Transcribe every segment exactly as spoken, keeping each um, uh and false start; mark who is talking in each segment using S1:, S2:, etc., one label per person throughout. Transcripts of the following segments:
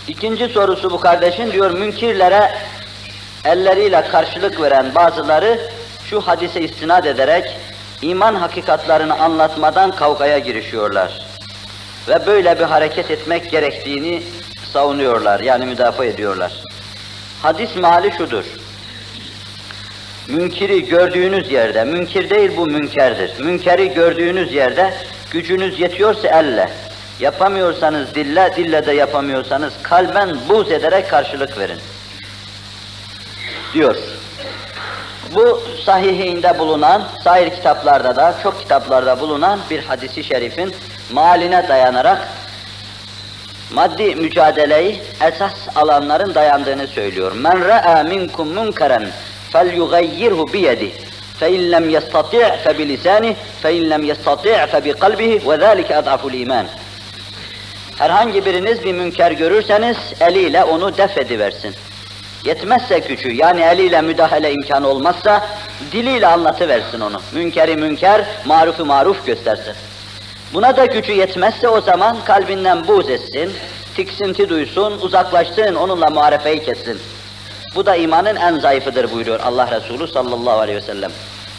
S1: İkinci sorusu bu kardeşin, diyor münkirlere elleriyle karşılık veren bazıları şu hadise istinad ederek iman hakikatlarını anlatmadan kavgaya girişiyorlar. Ve böyle bir hareket etmek gerektiğini savunuyorlar, yani müdafaa ediyorlar. Hadis meali şudur: münkiri gördüğünüz yerde, münkir değil bu münkerdir. Münkeri gördüğünüz yerde gücünüz yetiyorsa elle, yapamıyorsanız dille, dille de yapamıyorsanız kalben buğz ederek karşılık verin diyor. Bu sahihinde bulunan, sair kitaplarda da, çok kitaplarda bulunan bir hadisi şerifin mealine dayanarak maddi mücadeleyi esas alanların dayandığını söylüyor. Men ra'a minkum munkaren felyughayyirhu biyedihi فَاِنْ لَمْ يَسْتَطِعْ فَبِلِسَانِهِ فَاِنْ لَمْ يَسْتَطِعْ فَبِقَلْبِهِ وَذَٰلِكَ اَضْعَفُ الْا۪يمَانِ. Herhangi biriniz bir münker görürseniz eliyle onu def ediversin. Yetmezse gücü, yani eliyle müdahale imkanı olmazsa diliyle anlatıversin onu. Münkeri münker, marufu maruf göstersin. Buna da gücü yetmezse o zaman kalbinden buğz etsin, tiksinti duysun, uzaklaşsın, onunla muharefeyi kessin. Bu da imanın en zayıfıdır buyuruyor Allah Resulü sallallahu aleyhi ve sellem.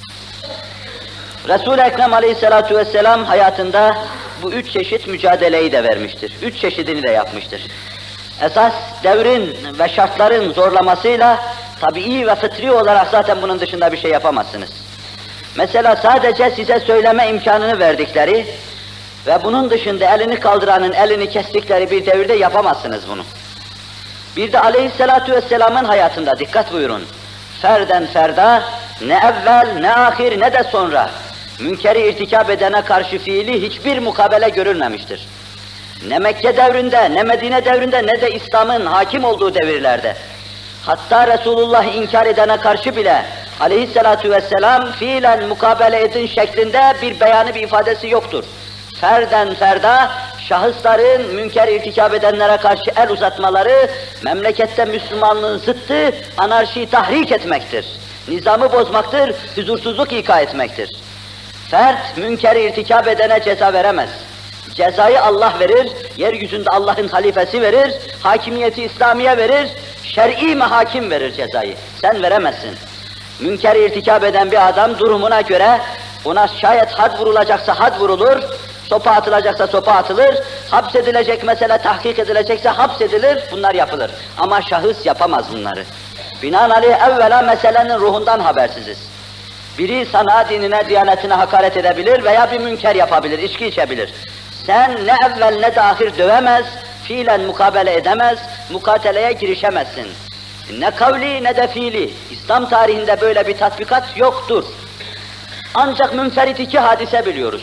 S1: Resul-i Ekrem aleyhissalatu vesselam hayatında bu üç çeşit mücadeleyi de vermiştir. Üç çeşidini de yapmıştır. Esas devrin ve şartların zorlamasıyla tabii ve fıtri olarak zaten bunun dışında bir şey yapamazsınız. Mesela sadece size söyleme imkanını verdikleri ve bunun dışında elini kaldıranın elini kestikleri bir devirde yapamazsınız bunu. Bir de aleyhissalatu vesselamın hayatında dikkat buyurun. Ferden ferda, ne evvel, ne ahir, ne de sonra münkeri irtikab edene karşı fiili hiçbir mukabele görülmemiştir. Ne Mekke devrinde, ne Medine devrinde, ne de İslam'ın hakim olduğu devirlerde. Hatta Resulullah inkar edene karşı bile aleyhissalatu vesselam fiilen mukabele edin şeklinde bir beyanı, bir ifadesi yoktur. Ferden ferda, şahısların münker irtikab edenlere karşı el uzatmaları, memlekette Müslümanlığın zıttı, anarşiyi tahrik etmektir. Nizamı bozmaktır, huzursuzluk ika etmektir. Fert, münkeri irtikab edene ceza veremez. Cezayı Allah verir, yeryüzünde Allah'ın halifesi verir, hakimiyeti İslamiye verir, şer'i mehakim verir cezayı. Sen veremezsin. Münkeri irtikab eden bir adam durumuna göre, ona şayet had vurulacaksa had vurulur, sopa atılacaksa sopa atılır, hapsedilecek mesela tahkik edilecekse hapsedilir, bunlar yapılır. Ama şahıs yapamaz bunları. Binaenaleyh evvela meselenin ruhundan habersiziz. Biri sana, dinine, diyanetine hakaret edebilir veya bir münker yapabilir, içki içebilir. Sen ne evvel ne de ahir dövemez, fiilen mukabele edemez, mukateleye girişemezsin. Ne kavli ne de fiili. İslam tarihinde böyle bir tatbikat yoktur. Ancak münferit iki hadise biliyoruz.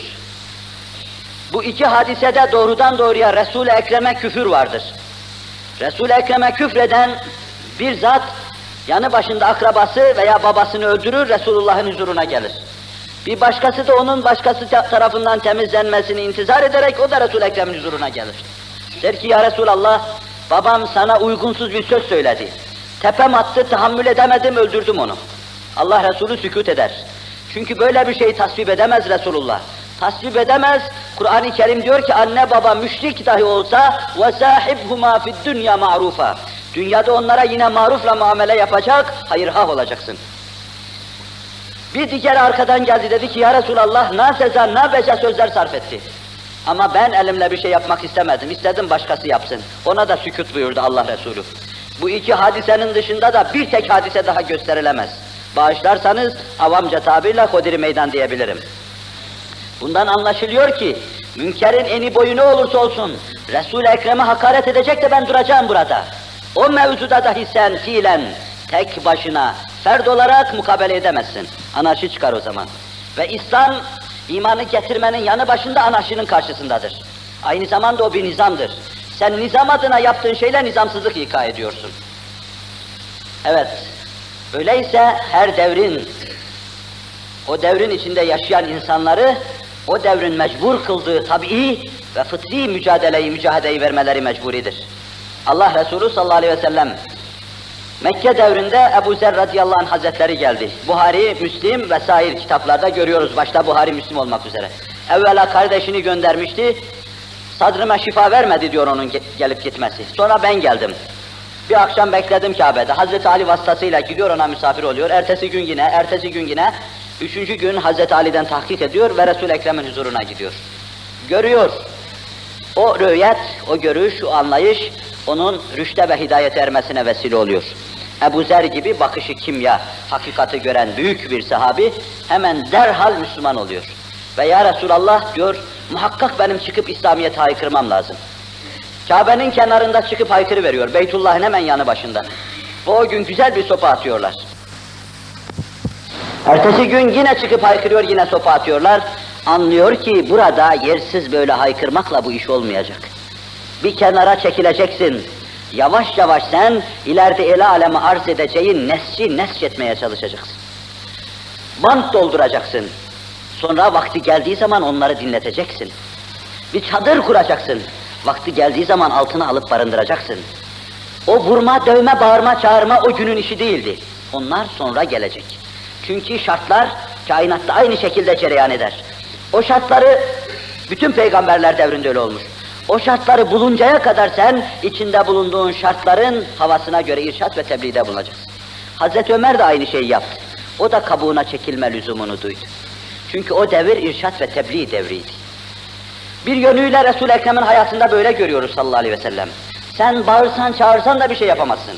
S1: Bu iki hadisede doğrudan doğruya Resul-i Ekrem'e küfür vardır. Resul-i Ekrem'e küfreden bir zat, yanı başında akrabası veya babasını öldürür, Resulullah'ın huzuruna gelir. Bir başkası da onun başkası tarafından temizlenmesini intizar ederek o da Resul-i Ekrem'in huzuruna gelir. Der ki, ya Resulallah, babam sana uygunsuz bir söz söyledi. Tepem attı, tahammül edemedim, öldürdüm onu. Allah Resulü sükût eder. Çünkü böyle bir şey tasvip edemez Resulullah. Tasvip edemez. Kur'an-ı Kerim diyor ki, anne baba müşrik dahi olsa وَسَاحِبْهُمَا فِي الدُّنْيَا مَعْرُوفًا. Dünyada onlara yine marufla muamele yapacak, hayırhah olacaksın. Bir diğer arkadan geldi, dedi ki, ya Resulallah, naseza, nabece sözler sarf etti. Ama ben elimle bir şey yapmak istemedim, istedim başkası yapsın. Ona da sükût buyurdu Allah Resulü. Bu iki hadisenin dışında da bir tek hadise daha gösterilemez. Bağışlarsanız, avamca tabirle hodri meydan diyebilirim. Bundan anlaşılıyor ki, münkerin eni boyu ne olursa olsun, Resul-i Ekrem'e hakaret edecek de ben duracağım burada. O mevzuda dahi sen fiilen, tek başına, ferd olarak mukabele edemezsin. Anarşi çıkar o zaman. Ve İslam, imanı getirmenin yanı başında anarşinin karşısındadır. Aynı zamanda o bir nizamdır. Sen nizam adına yaptığın şeyle nizamsızlık ika ediyorsun. Evet, öyleyse her devrin, o devrin içinde yaşayan insanları, o devrin mecbur kıldığı tabii ve fıtri mücadeleyi, mücadeleyi vermeleri mecburidir. Allah Resulü sallallahu aleyhi ve sellem, Mekke devrinde Ebu Zer radıyallahu anh hazretleri geldi. Buhari, Müslim vesaire kitaplarda görüyoruz, başta Buhari, Müslim olmak üzere. Evvela kardeşini göndermişti, Sadrıma şifa vermedi diyor onun gelip gitmesi. Sonra ben geldim. Bir akşam bekledim Kabe'de. Hazreti Ali vasıtasıyla gidiyor ona misafir oluyor. Ertesi gün yine, ertesi gün yine. Üçüncü gün Hazreti Ali'den tahkik ediyor ve Resul-i Ekrem'in huzuruna gidiyor. Görüyor. O rüyet, o görüş, o anlayış onun rüşte ve hidayete ermesine vesile oluyor. Ebu Zer gibi bakışı kimya, hakikati gören büyük bir sahabi hemen derhal Müslüman oluyor. Ve ya Resulallah diyor, muhakkak benim çıkıp İslamiyet'e haykırmam lazım. Kabe'nin kenarında çıkıp haykırıveriyor, Beytullah'ın hemen yanı başında. O gün güzel bir sopa atıyorlar. Ertesi gün yine çıkıp haykırıyor, yine sopa atıyorlar. Anlıyor ki burada yersiz böyle haykırmakla bu iş olmayacak. Bir kenara çekileceksin. Yavaş yavaş sen ileride el aleme arz edeceğin nesci nesçetmeye çalışacaksın. Bant dolduracaksın. Sonra vakti geldiği zaman onları dinleteceksin. Bir çadır kuracaksın. Vakti geldiği zaman altına alıp barındıracaksın. O vurma, dövme, bağırma, çağırma o günün işi değildi. Onlar sonra gelecek. Çünkü şartlar kainatta aynı şekilde cereyan eder. O şartları bütün peygamberler devrinde öyle olmuş. O şartları buluncaya kadar sen içinde bulunduğun şartların havasına göre irşat ve tebliğde bulunacaksın. Hazreti Ömer de aynı şeyi yaptı. O da kabuğuna çekilme lüzumunu duydu. Çünkü o devir irşat ve tebliğ devriydi. Bir yönüyle Resul-i Ekrem'in hayatında böyle görüyoruz sallallahu aleyhi ve sellem. Sen bağırsan çağırsan da bir şey yapamazsın.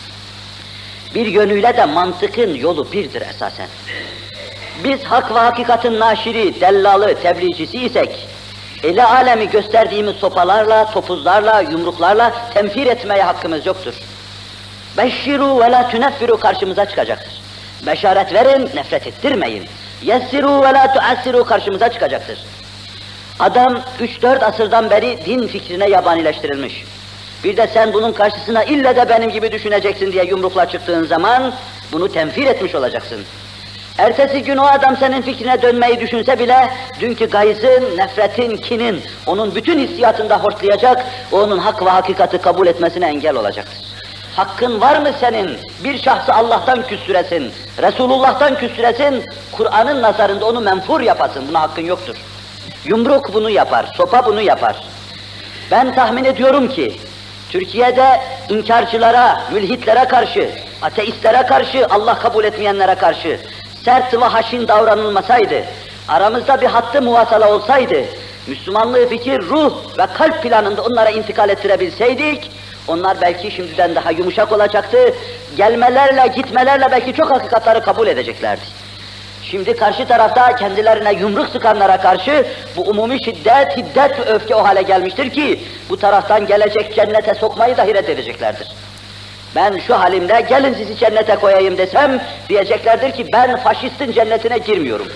S1: Bir yönüyle de mantıkın yolu birdir esasen. Biz hak ve hakikatin naşiri, dellalı, tebliğcisi isek, eli alemi gösterdiğimiz sopalarla, topuzlarla, yumruklarla temfir etmeye hakkımız yoktur. Beşşiru ve la tüneffiru karşımıza çıkacaktır. Beşaret verin, nefret ettirmeyin. Yessiru ve la tuassiru karşımıza çıkacaktır. Adam üç dört asırdan beri din fikrine yabanileştirilmiş. Bir de sen bunun karşısına ille de benim gibi düşüneceksin diye yumrukla çıktığın zaman bunu tenfir etmiş olacaksın. Ertesi gün o adam senin fikrine dönmeyi düşünse bile dünkü gayzın, nefretin, kinin onun bütün hissiyatında hortlayacak, onun hak ve hakikati kabul etmesine engel olacaktır. Hakkın var mı senin? Bir şahsı Allah'tan küstüresin, Resulullah'tan küstüresin, Kur'an'ın nazarında onu menfur yapasın, buna hakkın yoktur. Yumruk bunu yapar, sopa bunu yapar. Ben tahmin ediyorum ki, Türkiye'de inkarcılara, mülhitlere karşı, ateistlere karşı, Allah kabul etmeyenlere karşı sert ve haşin davranılmasaydı, aramızda bir hattı muvasala olsaydı, Müslümanlığı fikir, ruh ve kalp planında onlara intikal ettirebilseydik, onlar belki şimdiden daha yumuşak olacaktı, gelmelerle, gitmelerle belki çok hakikatları kabul edeceklerdi. Şimdi karşı tarafta kendilerine yumruk sıkanlara karşı bu umumi şiddet, hiddet ve öfke o hale gelmiştir ki bu taraftan gelecek cennete sokmayı dahi reddedeceklerdir. Ben şu halimde gelin sizi cennete koyayım desem diyeceklerdir ki ben faşistin cennetine girmiyorum.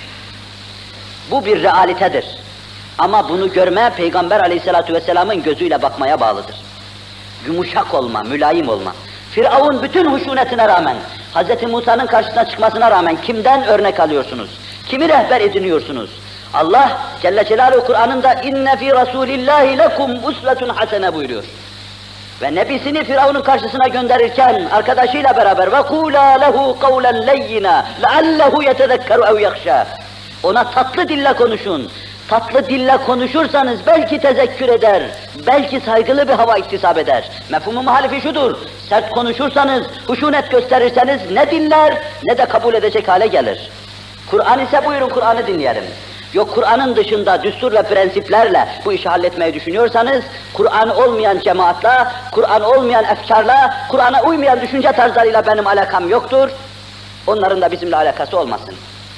S1: Bu bir realitedir. Ama bunu görme Peygamber aleyhissalatu vesselamın gözüyle bakmaya bağlıdır. Yumuşak olma, mülayim olma. Firavun bütün huşunetine rağmen, Hz. Musa'nın karşısına çıkmasına rağmen kimden örnek alıyorsunuz? Kimi rehber ediniyorsunuz? Allah Celle Celaluhu Kur'an'ında inne fi rasulillahi lekum usvetun hasene buyuruyor. Ve nebisini Firavun'un karşısına gönderirken arkadaşıyla beraber ve kula lehu kavlen leyyina leallehu yetezekkeru ev yakhşa. Ona tatlı dille konuşun. Tatlı dille konuşursanız belki tezekkür eder, belki saygılı bir hava iktisap eder. Mefhumu muhalifi şudur, sert konuşursanız, huşunet gösterirseniz ne dinler ne de kabul edecek hale gelir. Kur'an ise buyurun Kur'an'ı dinleyelim. Yok Kur'an'ın dışında düstur ve prensiplerle bu işi halletmeyi düşünüyorsanız, Kur'an olmayan cemaatla, Kur'an olmayan efkarla, Kur'an'a uymayan düşünce tarzlarıyla benim alakam yoktur. Onların da bizimle alakası olmasın.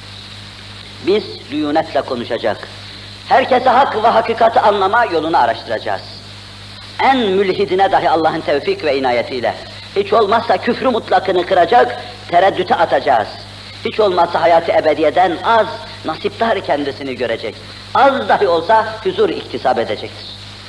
S1: Biz lüyunetle konuşacak. Herkese hak ve hakikati anlama yolunu araştıracağız. En mülhidine dahi Allah'ın tevfik ve inayetiyle, hiç olmazsa küfrü mutlakını kıracak, tereddüte atacağız. Hiç olmazsa hayatı ebediyeden az, nasiptar kendisini görecek. Az dahi olsa huzur iktisap edecektir.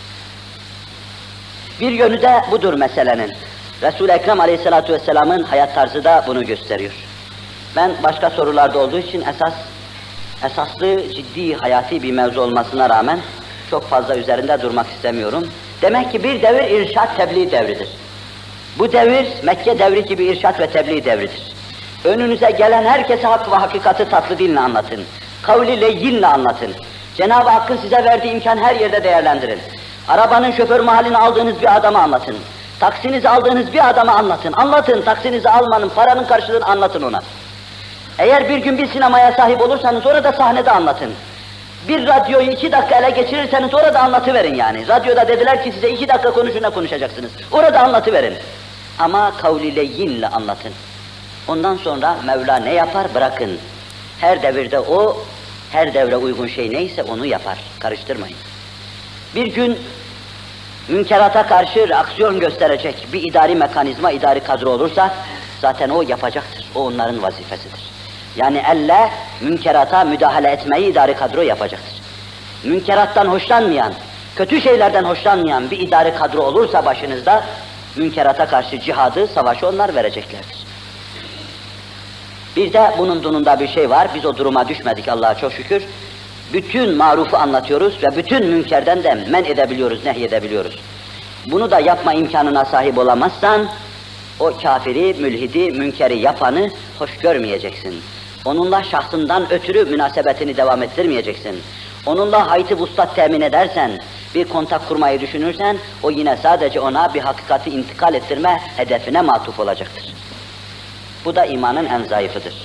S1: Bir yönü de budur meselenin. Resul-i Ekrem aleyhissalatu vesselamın hayat tarzı da bunu gösteriyor. Ben başka sorularda olduğu için esas esaslı, ciddi, hayati bir mevzu olmasına rağmen çok fazla üzerinde durmak istemiyorum. Demek ki bir devir irşat tebliğ devridir. Bu devir Mekke devri gibi irşat ve tebliğ devridir. Önünüze gelen herkese hak ve hakikati tatlı dille anlatın. Kavli leyyinle anlatın. Cenab-ı Hakk'ın size verdiği imkan her yerde değerlendirin. Arabanın şoför mahallini aldığınız bir adama anlatın. Taksinizi aldığınız bir adama anlatın. Anlatın, taksinizi almanın, paranın karşılığını anlatın ona. Eğer bir gün bir sinemaya sahip olursanız orada sahnede anlatın. Bir radyoyu iki dakika ele geçirirseniz orada anlatıverin yani. Radyoda dediler ki size iki dakika konuşun, ne konuşacaksınız? Orada anlatıverin. Ama kavli leyyinle anlatın. Ondan sonra Mevla ne yapar? Bırakın. Her devirde o, her devre uygun şey neyse onu yapar. Karıştırmayın. Bir gün münkerata karşı reaksiyon gösterecek bir idari mekanizma, idari kadro olursa zaten o yapacaktır. O onların vazifesidir. Yani elle münkerata müdahale etmeyi idari kadro yapacaktır. Münkerattan hoşlanmayan, kötü şeylerden hoşlanmayan bir idari kadro olursa başınızda, münkerata karşı cihadı, savaşı onlar vereceklerdir. Bir de bunun dununda bir şey var, biz o duruma düşmedik Allah'a çok şükür. Bütün marufu anlatıyoruz ve bütün münkerden de men edebiliyoruz, nehyedebiliyoruz. Bunu da yapma imkanına sahip olamazsan, o kafiri, mülhidi, münkeri yapanı hoş görmeyeceksin. Onunla şahsından ötürü münasebetini devam ettirmeyeceksin. Onunla hayt-ı vuslat temin edersen, bir kontak kurmayı düşünürsen, o yine sadece ona bir hakikati intikal ettirme hedefine matuf olacaktır. Bu da imanın en zayıfıdır.